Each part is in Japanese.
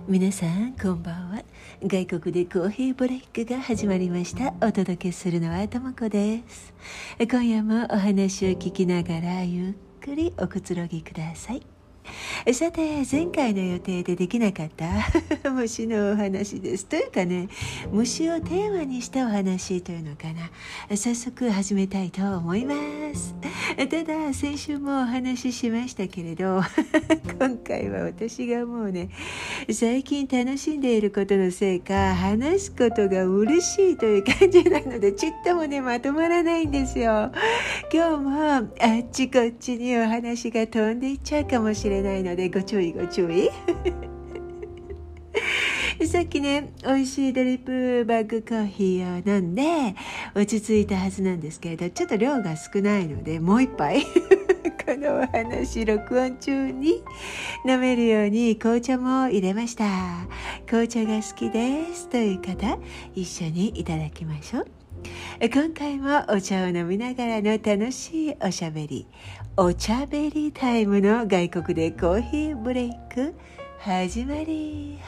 皆さんこんばんは。外国でコーヒーブレイクが始まりました。お届けするのはともこです。今夜もお話を聞きながらゆっくりおくつろぎください。さて、前回の予定でできなかった虫のお話です。というかね、虫をテーマにしたお話というのかな。早速始めたいと思います。ただ、先週もお話ししましたけれど今回は私がもうね、最近楽しんでいることのせいか、話すことが嬉しいという感じなので、ちっともね、まとまらないんですよ。今日もあっちこっちにお話が飛んでいっちゃうかもしれないので、ご注意ご注意さっきね、美味しいドリップバッグコーヒーを飲んで落ち着いたはずなんですけれど、ちょっと量が少ないのでもう一杯このお話録音中に飲めるように紅茶も入れました。紅茶が好きですという方、一緒にいただきましょう。今回もお茶を飲みながらの楽しいおしゃべり、お茶べりタイムの外国でコーヒーブレイク、始まり。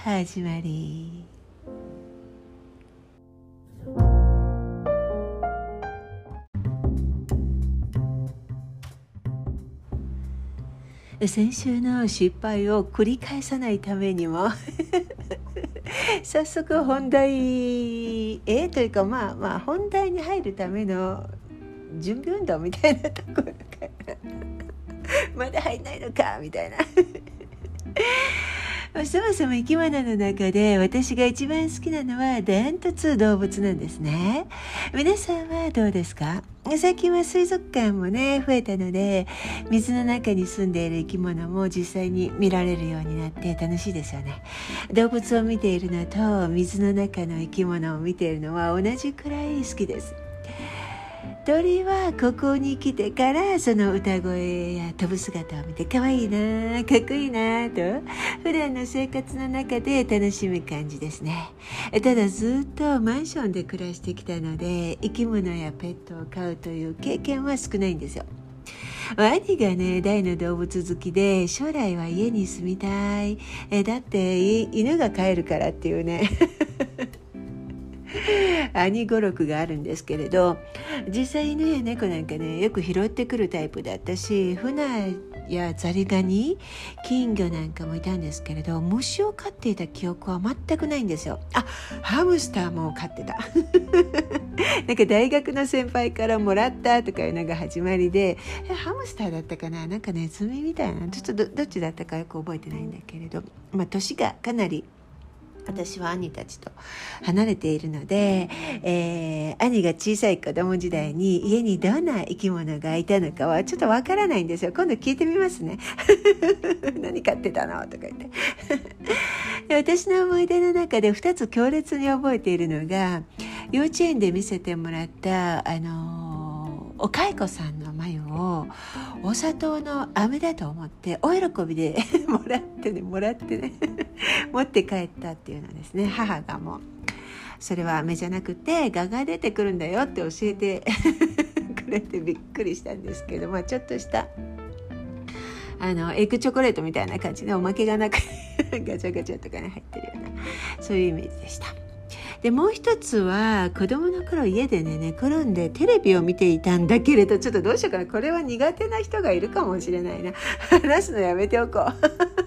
先週の失敗を繰り返さないためにも早速本題というかまあ本題に入るための準備運動みたいなところからまだ入んないのかみたいなそもそも生き物の中で私が一番好きなのはダントツ動物なんですね。皆さんはどうですか？最近は水族館もね増えたので、水の中に住んでいる生き物も実際に見られるようになって楽しいですよね。動物を見ているのと水の中の生き物を見ているのは同じくらい好きです。鳥はここに来てからその歌声や飛ぶ姿を見て可愛いな、かっこいいなと普段の生活の中で楽しむ感じですね。ただずっとマンションで暮らしてきたので、生き物やペットを飼うという経験は少ないんですよ。兄がね大の動物好きで、将来は家に住みたい、だって犬が飼えるからっていうね兄語録があるんですけれど、実際犬や猫なんかねよく拾ってくるタイプだったし、フナやザリガニ、金魚なんかもいたんですけれど、虫を飼っていた記憶は全くないんですよ。ハムスターも飼ってたなんか大学の先輩からもらったとかいうのが始まりで、ハムスターだったかな、なんかネズミみたいな、ちょっと どっちだったかよく覚えてないんだけれど、年がかなり私は兄たちと離れているので、兄が小さい子供時代に家にどんな生き物がいたのかはちょっとわからないんですよ。今度聞いてみますね何飼ってたのとか言ってで、私の思い出の中で2つ強烈に覚えているのが、幼稚園で見せてもらったお蚕さんの眉をお砂糖の飴だと思ってお喜びでもらってね持って帰ったっていうのですね。母がもうそれは飴じゃなくて蛾が出てくるんだよって教えてくれてびっくりしたんですけど、ちょっとしたエッグチョコレートみたいな感じでおまけがなくガチャガチャとかね入ってるような、そういうイメージでした。でもう一つは子供の頃家でね寝転んでテレビを見ていたんだけれど、ちょっとどうしようかな、これは苦手な人がいるかもしれないな話すのやめておこう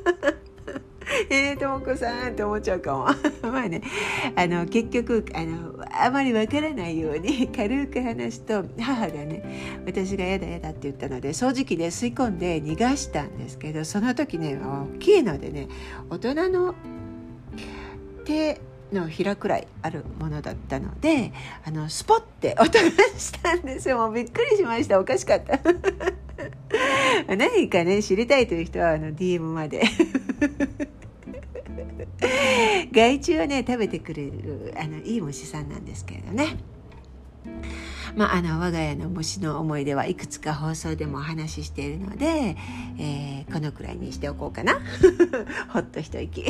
ともこさんって思っちゃうかも結局あまりわからないように軽く話すと、母がね私がやだって言ったので掃除機で吸い込んで逃がしたんですけど、その時ね大きいのでね、大人の手のひらくらいあるものだったので、スポッて音がしたんですよ。もうびっくりしました。おかしかった何かね知りたいという人はDM まで害虫をね食べてくれるいい虫さんなんですけれどね。我が家の虫の思い出はいくつか放送でもお話ししているので、このくらいにしておこうかなほっと一息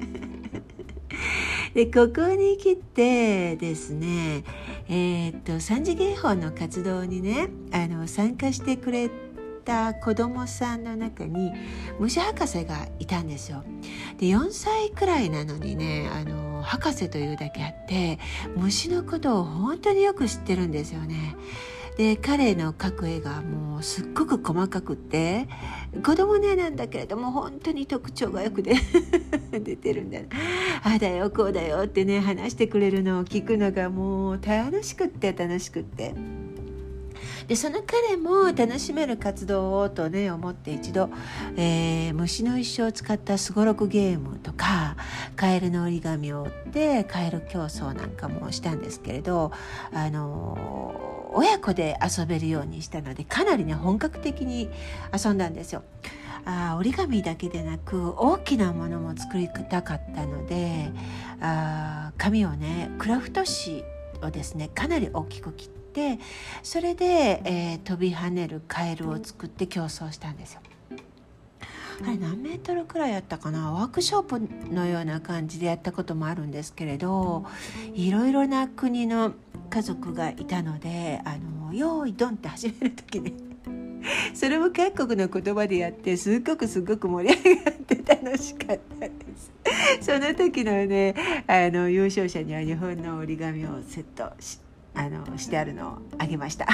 で、ここに来てですね、3次元法の活動にね参加してくれた子供さんの中に虫博士がいたんですよ。で4歳くらいなのにね、博士というだけあって虫のことを本当によく知ってるんですよね。で彼の描く絵がもうすっごく細かくって子供の絵なんだけれども本当に特徴がよく出てるんだ。ああだよこうだよってね話してくれるのを聞くのがもう楽しくってでその彼も楽しめる活動をとね思って一度、虫の一生を使ったすごろくゲームとかカエルの折り紙を折ってカエル競争なんかもしたんですけれど、親子で遊べるようにしたのでかなりね本格的に遊んだんですよ。折り紙だけでなく大きなものも作りたかったので紙をねクラフト紙をですねかなり大きく切ってそれで、飛び跳ねるカエルを作って競争したんですよ。あれ何メートルくらいやったかな、ワークショップのような感じでやったこともあるんですけれど、いろいろな国の家族がいたのでよーいドンって始める時にそれも各国の言葉でやってすごく盛り上がって楽しかったです。その時のね優勝者には日本の折り紙をセットしてあるのをあげました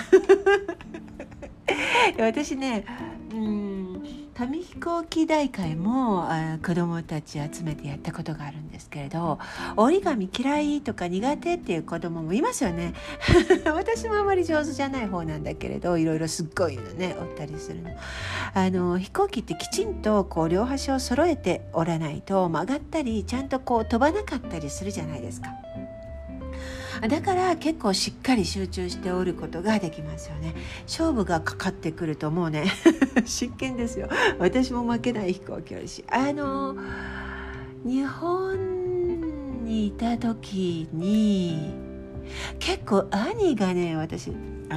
私ね紙飛行機大会も子どもたち集めてやったことがあるんですけれど、折り紙嫌いとか苦手っていう子どももいますよね私もあまり上手じゃない方なんだけれどいろいろすっごいのね折ったりするの。飛行機ってきちんとこう両端を揃えて折らないと曲がったりちゃんとこう飛ばなかったりするじゃないですか。だから結構しっかり集中して折ることができますよね。勝負がかかってくるともうね真剣ですよ。私も負けない飛行機あるし日本にいた時に結構兄がね私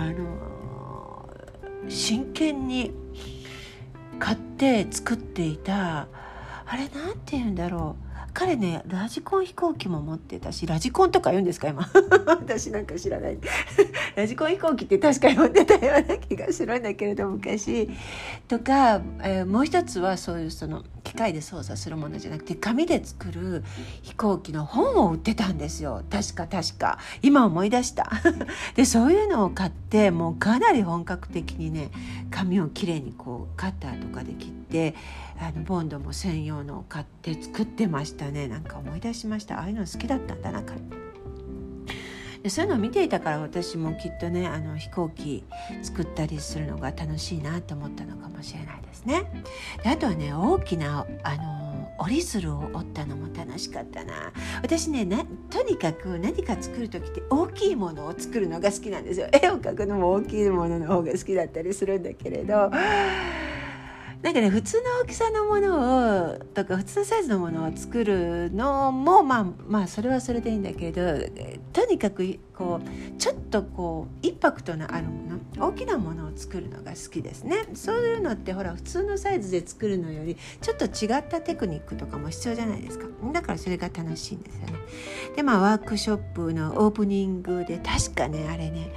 真剣に買って作っていたあれなんて言うんだろう、彼ねラジコン飛行機も持ってたし、ラジコンとか言うんですか今私なんか知らないラジコン飛行機って確かに持ってたような気がするんだけれど昔とか、もう一つはそういうその機械で操作するものじゃなくて紙で作る飛行機の本を売ってたんですよ。確か今思い出したでそういうのを買ってもうかなり本格的にね紙をきれいにこうカッターとかで切ってボンドも専用のを買って作ってましたね。なんか思い出しました。ああいうの好きだったんだな彼で。そういうのを見ていたから私もきっとね飛行機作ったりするのが楽しいなと思ったのかもしれないですね。であとはね大きな折り鶴を折ったのも楽しかったな。私ねとにかく何か作る時って大きいものを作るのが好きなんですよ。絵を描くのも大きいものの方が好きだったりするんだけれど、なんかね普通の大きさのものをとか普通のサイズのものを作るのもまあそれはそれでいいんだけれど、とにかくこうちょっとこうインパクトのあるもの大きなものを作るのが好きですね。そういうのってほら普通のサイズで作るのよりちょっと違ったテクニックとかも必要じゃないですか。だからそれが楽しいんですよね。でワークショップのオープニングで確かねあれね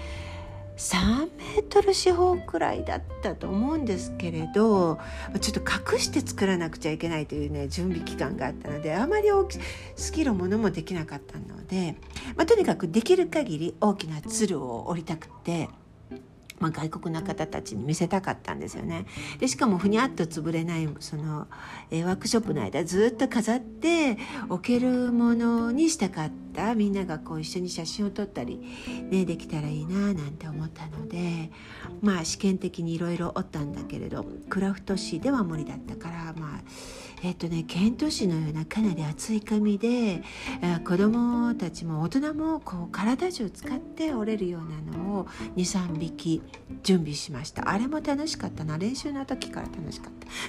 3メートル四方くらいだったと思うんですけれど、ちょっと隠して作らなくちゃいけないというね準備期間があったのであまりスキルものもできなかったので、とにかくできる限り大きな鶴を折りたくて外国の方たちに見せたかったんですよね。でしかもふにゃっと潰れないその、ワークショップの間ずっと飾って置けるものにしたかった。みんながこう一緒に写真を撮ったり、ね、できたらいいななんて思ったので試験的にいろいろ折ったんだけれどクラフト紙では無理だったからケント紙のようなかなり厚い紙で子供たちも大人もこう体中使って折れるようなのを 2,3 匹準備しました。あれも楽しかったな。練習の時から楽しか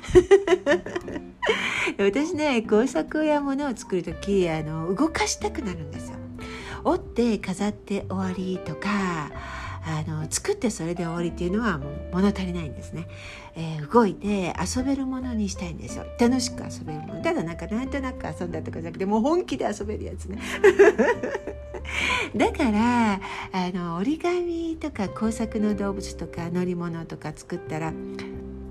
った私ね工作や物を作る時動かしたくなるんですよ。折って飾って終わりとか作ってそれで終わりっていうのはもう物足りないんですね。動いて遊べるものにしたいんですよ。楽しく遊べるもの。ただなんとなく遊んだとかじゃなくてもう本気で遊べるやつねだから折り紙とか工作の動物とか乗り物とか作ったら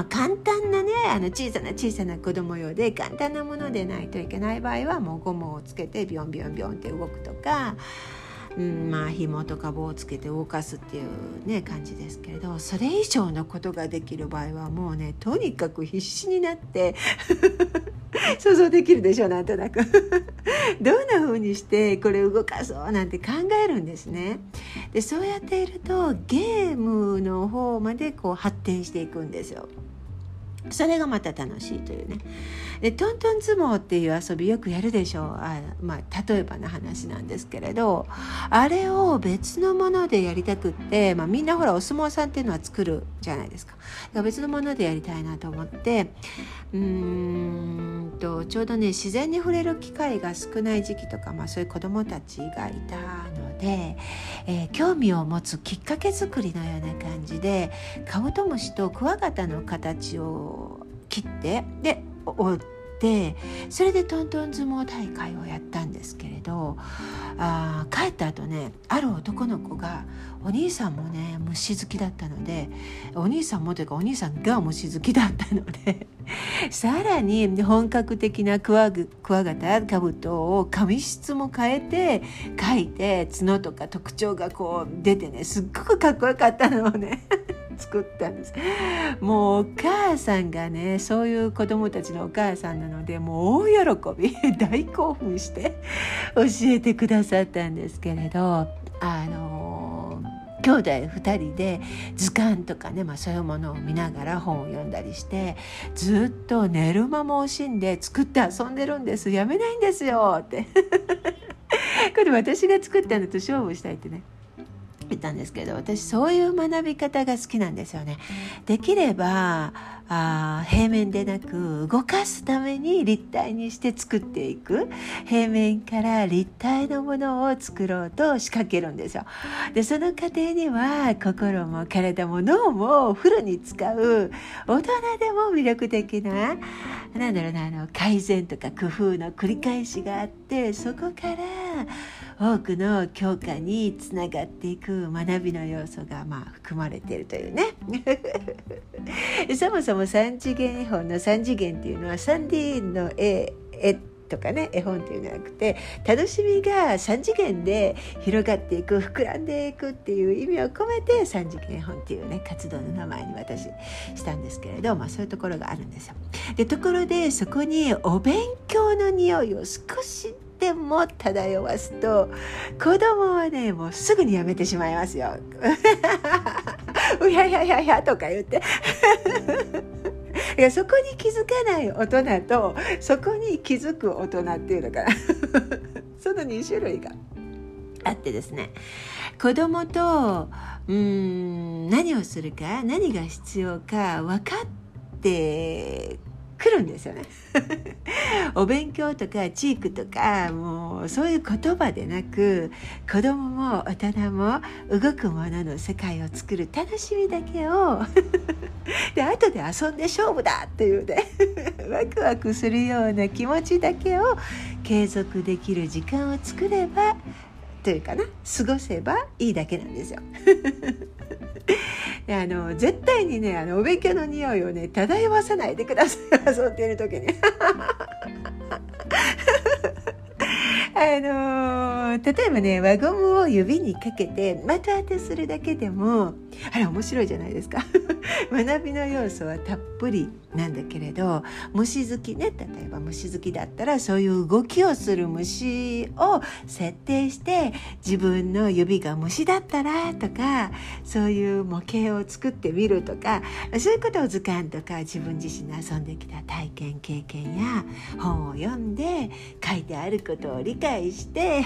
簡単なね小さな子供用で簡単なものでないといけない場合はもうゴムをつけてビョンビョンビョンって動くとか、紐とか棒をつけて動かすっていうね感じですけれど、それ以上のことができる場合はもうねとにかく必死になって想像できるでしょ、なんとなくどんな風にしてこれ動かそうなんて考えるんですね。でそうやっているとゲームの方までこう発展していくんですよ。それがまた楽しいというね。でトントン相撲っていう遊びよくやるでしょう。例えばの話なんですけれど、あれを別のものでやりたくって、みんなほらお相撲さんっていうのは作るじゃないですか。だから別のものでやりたいなと思ってちょうどね自然に触れる機会が少ない時期とか、そういう子どもたちがいたので、興味を持つきっかけ作りのような感じでカブトムシとクワガタの形を切ってで折ってそれでトントン相撲大会をやったんですけれど、帰った後ねある男の子がお兄さんもね虫好きだったのでお兄さんもというかお兄さんが虫好きだったのでさらに本格的なクワガタカブトを紙質も変えて描いて角とか特徴がこう出てねすっごくかっこよかったのをね作ったんです。もうお母さんがねそういう子供たちのお母さんなのでもう大喜び大興奮して教えてくださったんですけれど、兄弟2人で図鑑とかね、そういうものを見ながら本を読んだりしてずっと寝る間も惜しんで作って遊んでるんです。やめないんですよってこれ私が作ったのと勝負したいってね言ったんですけど、私そういう学び方が好きなんですよね。できれば平面でなく動かすために立体にして作っていく、平面から立体のものを作ろうと仕掛けるんですよ。でその過程には心も体も脳もフルに使う大人でも魅力的な改善とか工夫の繰り返しがあって、そこから多くの教科につながっていく学びの要素が含まれているというねそもそも3次元絵本の3次元っていうのは 3D の絵とかね絵本っていうんじゃなくて楽しみが3次元で広がっていく膨らんでいくっていう意味を込めて3次元絵本っていうね活動の名前に私したんですけれど、そういうところがあるんですよ。でところでそこにお勉強の匂いを少しでも漂わすと子供はねもうすぐにやめてしまいますようややややとか言っていやそこに気づかない大人とそこに気づく大人っていうのかなその2種類があってですね、子供と何をするか何が必要か分かって来るんですよねお勉強とかチークとかもうそういう言葉でなく子供も大人も動くものの世界を作る楽しみだけをで後で遊んで勝負だっていうねワクワクするような気持ちだけを継続できる時間を作ればというかな過ごせばいいだけなんですよ絶対にねお勉強の匂いをね漂わさないでください遊んでいる時に例えばね輪ゴムを指にかけて的当てするだけでもあれ面白いじゃないですか学びの要素はたっぷりなんだけれど、虫好きね例えば虫好きだったらそういう動きをする虫を設定して自分の指が虫だったらとかそういう模型を作ってみるとかそういうことを図鑑とか自分自身で遊んできた体験経験や本を読んで書いてあることを理解して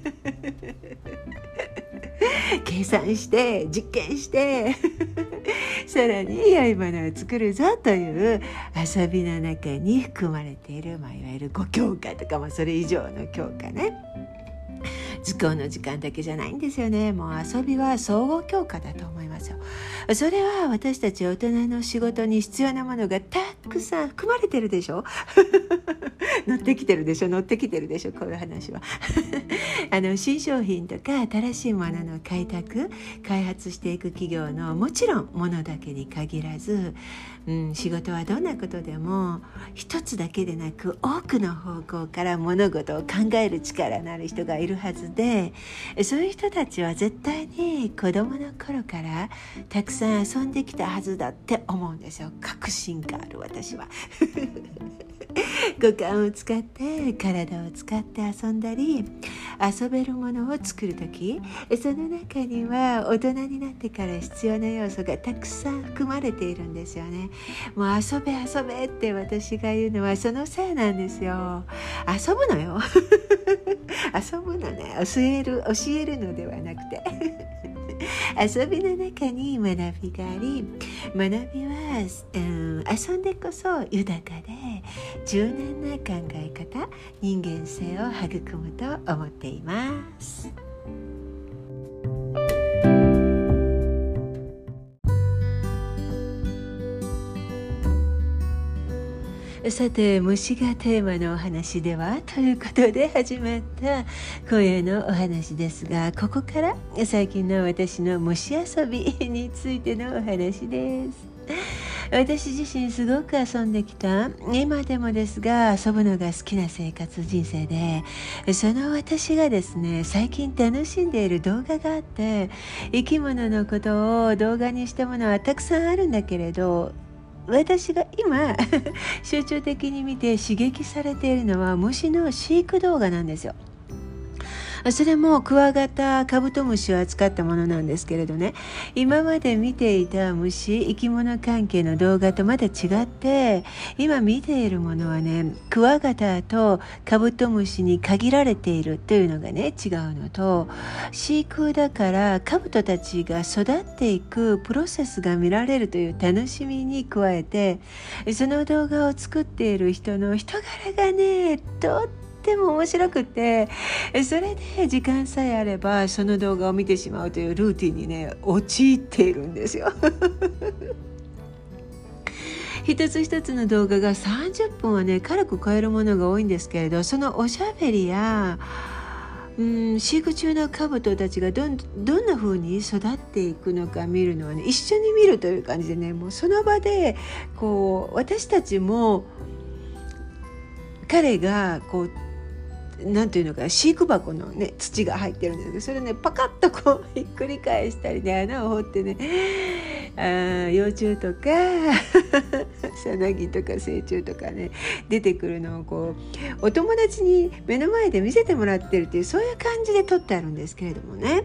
計算して実験してさらに良いものを作るぞという遊びの中に含まれている、いわゆる5教科とかそれ以上の教科ね図工の時間だけじゃないんですよね。もう遊びは総合教科だと思いますよ。それは私たち大人の仕事に必要なものがたくさん含まれてるでしょ乗ってきてるでしょこういう話は新商品とか新しいものの開拓開発していく企業のもちろんものだけに限らず、仕事はどんなことでも一つだけでなく多くの方向から物事を考える力のある人がいるはずで、そういう人たちは絶対に子供の頃からたくさん遊んできたはずだって思うんですよ。確信がある私は五感を使って体を使って遊んだり遊べるものを作るとき、その中には大人になってから必要な要素がたくさん含まれているんですよね。もう遊べって私が言うのはそのせいなんですよ。遊ぶのよ遊ぶのね、教えるのではなくて遊びの中に学びがあり、学びは、遊んでこそ豊かで柔軟な考え方、人間性を育むと思っています。さて、虫がテーマのお話ではということで始まった今夜のお話ですが、ここから最近の私の虫遊びについてのお話です。私自身すごく遊んできた、今でもですが遊ぶのが好きな生活人生で、その私がですね最近楽しんでいる動画があって、生き物のことを動画にしたものはたくさんあるんだけれど、私が今集中的に見て刺激されているのは虫の飼育動画なんですよ。それもクワガタ、カブトムシを扱ったものなんですけれどね、今まで見ていた虫、生き物関係の動画とまた違って、今見ているものはね、クワガタとカブトムシに限られているというのがね違うのと、飼育だからカブトたちが育っていくプロセスが見られるという楽しみに加えて、その動画を作っている人の人柄がねとっても面白くて、それで時間さえあればその動画を見てしまうというルーティンにね陥っているんですよ一つ一つの動画が30分はね軽く超えるものが多いんですけれど、そのおしゃべりや飼育中のカブトたちがどんな風に育っていくのか見るのはね、一緒に見るという感じでね、もうその場でこう私たちも彼がこうなんていうのか、飼育箱のね土が入ってるんですけど、それねパカッとこうひっくり返したりね、穴を掘ってね幼虫とかさなぎとか成虫とかね出てくるのをこうお友達に目の前で見せてもらってるっていう、そういう感じで撮ってあるんですけれどもね。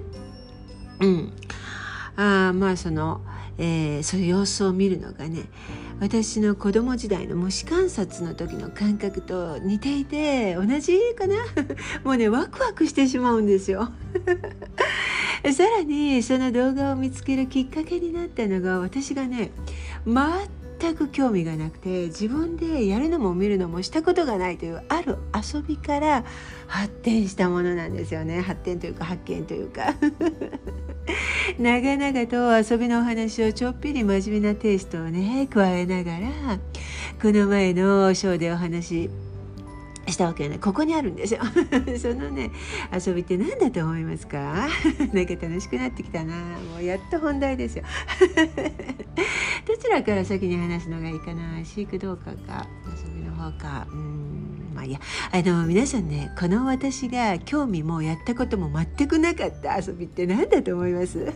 まあそういう様子を見るのがね、私の子供時代の虫観察の時の感覚と似ていて、同じかなもうねワクワクしてしまうんですよさらにその動画を見つけるきっかけになったのが、私がね全く興味がなくて自分でやるのも見るのもしたことがないというある遊びから発展したものなんですよね。発展というか発見というか長々と遊びのお話をちょっぴり真面目なテイストをね加えながら、この前のショーでお話したわけね、ここにあるんですよそのね遊びって何だと思いますかなんか楽しくなってきたな。もうやっと本題ですよどちらから先に話すのがいいかな、飼育動画か遊びの方か。まあいいや、皆さんね、この私が興味もやったことも全くなかった遊びって何だと思います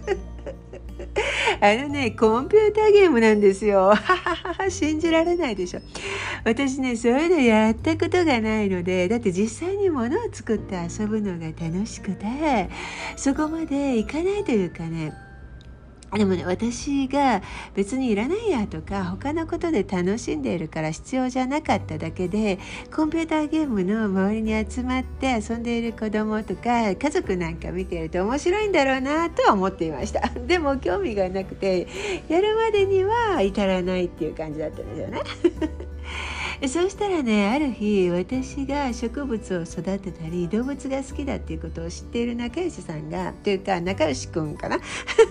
コンピューターゲームなんですよ信じられないでしょ。私ねそういうのやったことがないので、だって実際に物を作って遊ぶのが楽しくてそこまでいかないというかね、でもね、私が別にいらないやとか他のことで楽しんでいるから必要じゃなかっただけで、コンピューターゲームの周りに集まって遊んでいる子供とか家族なんか見ていると面白いんだろうなとは思っていました。でも興味がなくてやるまでには至らないっていう感じだったんですよねそうしたらね、ある日私が植物を育てたり動物が好きだっていうことを知っている仲良しさんが、というか仲良しくんかな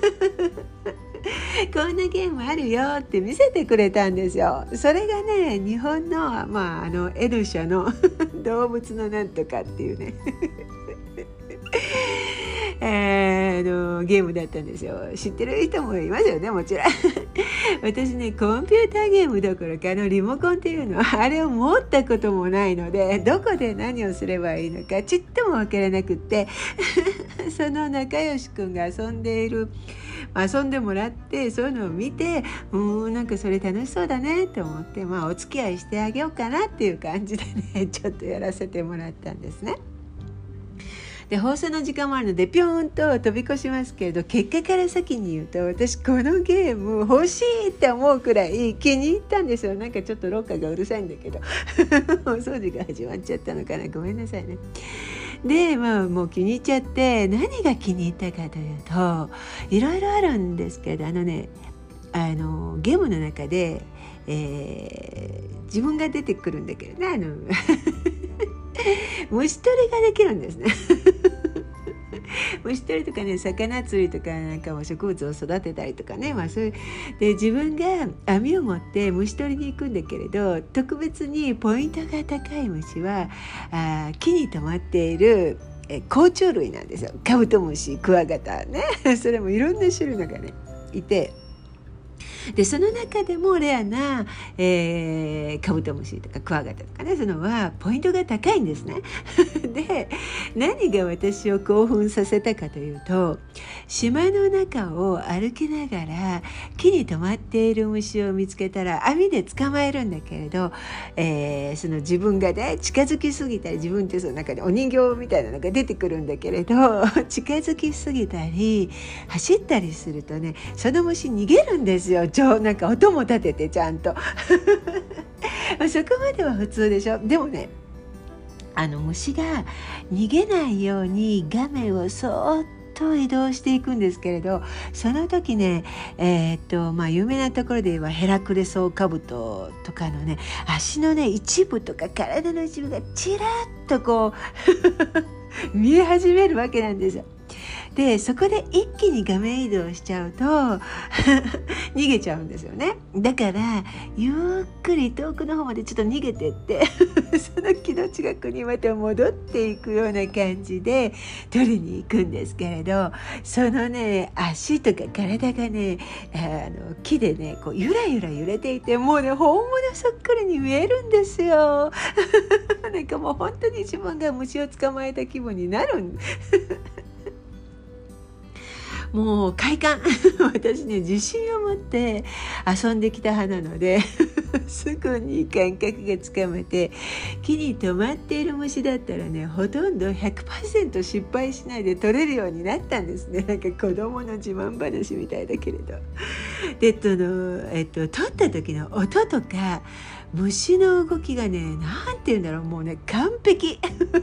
こんなゲームあるよって見せてくれたんですよ。それがね、日本の、N社の動物のなんとかっていうねゲームだったんですよ。知ってる人もいますよね、もちろん私ね、コンピューターゲームどころかリモコンっていうのはあれを持ったこともないので、どこで何をすればいいのかちっともわからなくってその仲良しくんが遊んでもらって、そういうのを見て、なんかそれ楽しそうだねと思って、お付き合いしてあげようかなっていう感じでね、ちょっとやらせてもらったんですね。で、放送の時間もあるのでピョーンと飛び越しますけれど、結果から先に言うと、私このゲーム欲しいって思うくらい気に入ったんですよ。なんかちょっと廊下がうるさいんだけどお掃除が始まっちゃったのかな、ごめんなさいね。で、もう気に入っちゃって、何が気に入ったかというと、いろいろあるんですけど、ゲームの中で、自分が出てくるんだけどね、虫取りができるんですね虫取りとかね、魚釣りとかなんかも植物を育てたりとかね、そういうで、自分が網を持って虫取りに行くんだけれど、特別にポイントが高い虫は木に止まっている甲虫類なんですよ。カブトムシ、クワガタねそれもいろんな種類のがねいて、でその中でもレアな、カブトムシとかクワガタとかね、そのはポイントが高いんですねで、何が私を興奮させたかというと、島の中を歩きながら木に止まっている虫を見つけたら網で捕まえるんだけれど、その自分がね近づきすぎたり、自分ってその中でお人形みたいなのが出てくるんだけれど近づきすぎたり走ったりするとね、その虫逃げるんですよ。なんか音も立ててちゃんとそこまでは普通でしょ。でもね、虫が逃げないように画面をそーっと移動していくんですけれど、その時ね、有名なところで言えばヘラクレソウカブトとかのね、足のね一部とか体の一部がちらっとこう見え始めるわけなんですよ。でそこで一気に画面移動しちゃうと逃げちゃうんですよね。だからゆっくり遠くの方までちょっと逃げてってその木の近くにまた戻っていくような感じで取りに行くんですけれど、そのね足とか体がね木でねこうゆらゆら揺れていて、もうね本物そっくりに見えるんですよなんかもう本当に自分が虫を捕まえた気分になるもう快感私ね自信を持って遊んできた派なのですぐに感覚がつかめて、木に止まっている虫だったらねほとんど 100% 失敗しないで取れるようになったんですね。なんか子供の自慢話みたいだけれど、で取った時の音とか虫の動きがね、なんていうんだろう、もうね完璧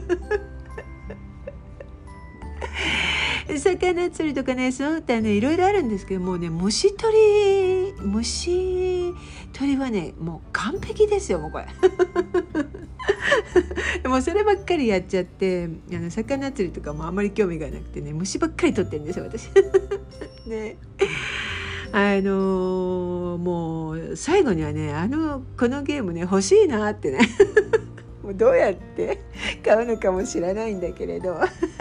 魚釣りとかね、その他ねいろいろあるんですけど、もうね虫取りはねもう完璧ですよ、もうこれでもそればっかりやっちゃって魚釣りとかもあんまり興味がなくてね、虫ばっかり取ってるんですよ私ね。もう最後にはねこのゲームね欲しいなってねもうどうやって買うのかも知らないんだけれど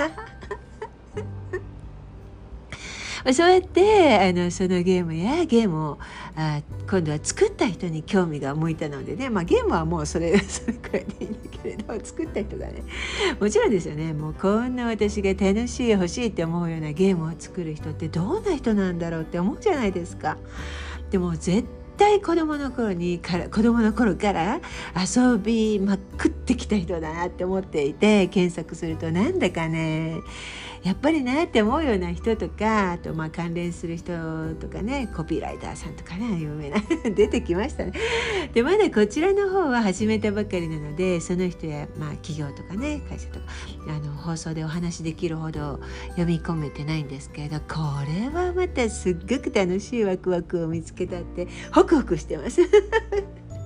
そうやってそのゲームを今度は作った人に興味が向いたのでね、ゲームはもうそれくらいでいいんだけれど、作った人がねもちろんですよね、もうこんな私が楽しい欲しいって思うようなゲームを作る人ってどんな人なんだろうって思うじゃないですか。でも絶対子供の頃から遊びまくってきた人だなって思っていて、検索するとなんだかねやっぱりねって思うような人とか、あと関連する人とかね、コピーライターさんとかね有名な出てきましたね。でまだこちらの方は始めたばかりなので、その人や企業とかね会社とか放送でお話できるほど読み込めてないんですけれど、これはまたすっごく楽しいワクワクを見つけたってホクホクしてます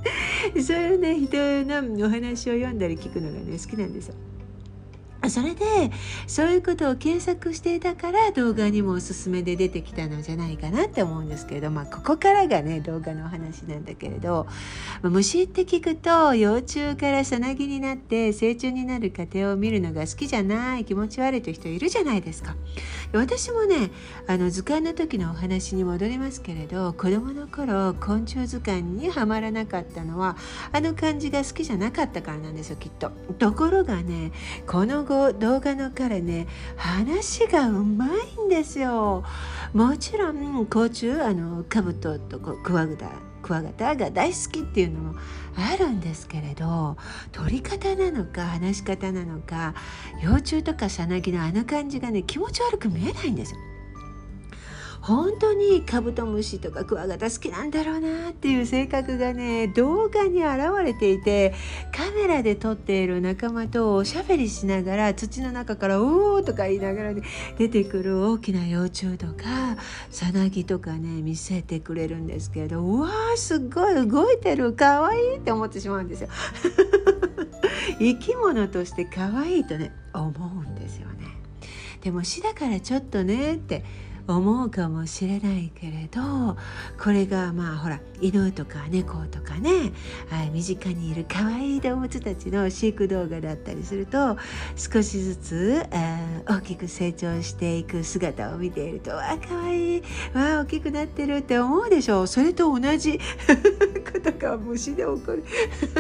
そういうね人のお話を読んだり聞くのがね好きなんですよ。それでそういうことを検索していたから動画にもおすすめで出てきたのじゃないかなって思うんですけれど、ここからがね動画のお話なんだけれど、虫って聞くと幼虫からさなぎになって成虫になる過程を見るのが好きじゃない気持ち悪いという人いるじゃないですか。私もね図鑑の時のお話に戻りますけれど、子供の頃昆虫図鑑にはまらなかったのは漢字が好きじゃなかったからなんですよきっと。ところがねこの動画の彼ね話がうまいんですよ。もちろん甲虫カブトとクワガタが大好きっていうのもあるんですけれど、撮り方なのか話し方なのか幼虫とかさなぎの感じがね気持ち悪く見えないんですよ。本当にカブトムシとかクワガタ好きなんだろうなっていう性格がね動画に現れていて、カメラで撮っている仲間とおしゃべりしながら土の中からおーとか言いながら、ね、出てくる大きな幼虫とかさなぎとかね見せてくれるんですけど、うわーすごい動いてるかわいいって思ってしまうんですよ。生き物としてかわいいとね思うんですよね。でも虫だからちょっとねって思うかもしれないけれど、これがほら犬とか猫とかね、身近にいる可愛い動物たちの飼育動画だったりすると、少しずつ大きく成長していく姿を見ていると、わあ可愛い、わあ大きくなってるって思うでしょ。それと同じことが虫で起こる。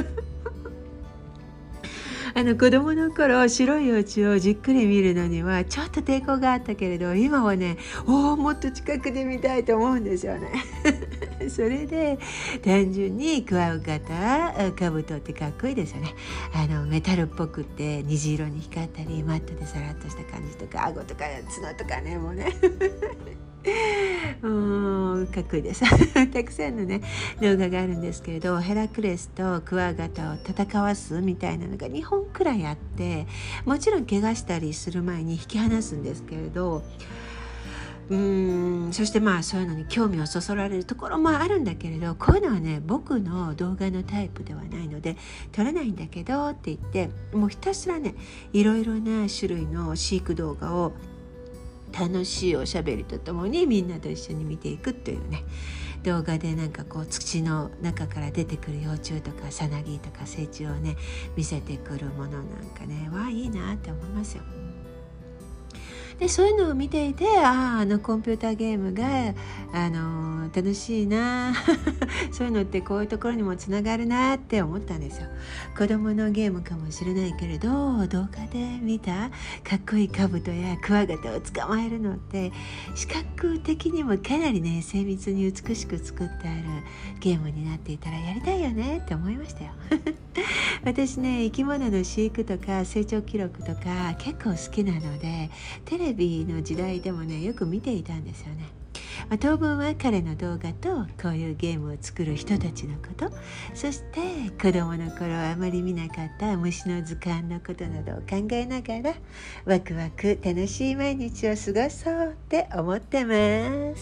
子供の頃白い幼虫をじっくり見るのにはちょっと抵抗があったけれど、今はねもっと近くで見たいと思うんですよね。それで単純にクワガタカブトってかっこいいですよね。メタルっぽくって虹色に光ったりマットでさらっとした感じとか顎とか角とかねもうねかっこいいです。たくさんのね動画があるんですけれど、ヘラクレスとクワガタを戦わすみたいなのが2本くらいあって、もちろん怪我したりする前に引き離すんですけれど、そしてそういうのに興味をそそられるところもあるんだけれど、こういうのはね僕の動画のタイプではないので撮れないんだけどって言って、もうひたすらねいろいろな種類の飼育動画を楽しいおしゃべりとともにみんなと一緒に見ていくというね動画で、土の中から出てくる幼虫とかさなぎとか成虫をね見せてくるものなんかねいいなって思いますよ。でそういうのを見ていて、コンピューターゲームが楽しいなそういうのってこういうところにもつながるなって思ったんですよ。子供のゲームかもしれないけれど、動画で見たかっこいいカブトやクワガタを捕まえるのって視覚的にもかなりね精密に美しく作ってあるゲームになっていたらやりたいよねって思いましたよ。私ね生き物の飼育とか成長記録とか結構好きなので、テレビの時代でもねよく見ていたんですよね。当分は彼の動画とこういうゲームを作る人たちのこと、そして子供の頃あまり見なかった虫の図鑑のことなどを考えながらワクワク楽しい毎日を過ごそうって思ってます。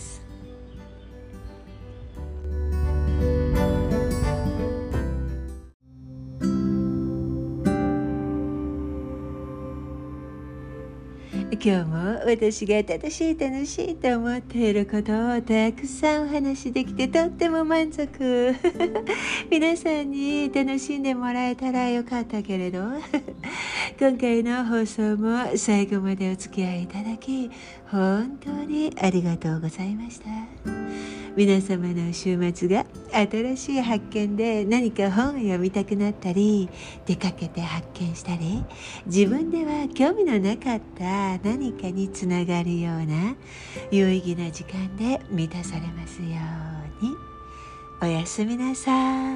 今日も私が楽しいと思っていることをたくさんお話しできてとっても満足。皆さんに楽しんでもらえたらよかったけれど今回の放送も最後までお付き合いいただき本当にありがとうございました。皆様の週末が新しい発見で何か本を読みたくなったり、出かけて発見したり、自分では興味のなかった何かにつながるような有意義な時間で満たされますように。おやすみなさい。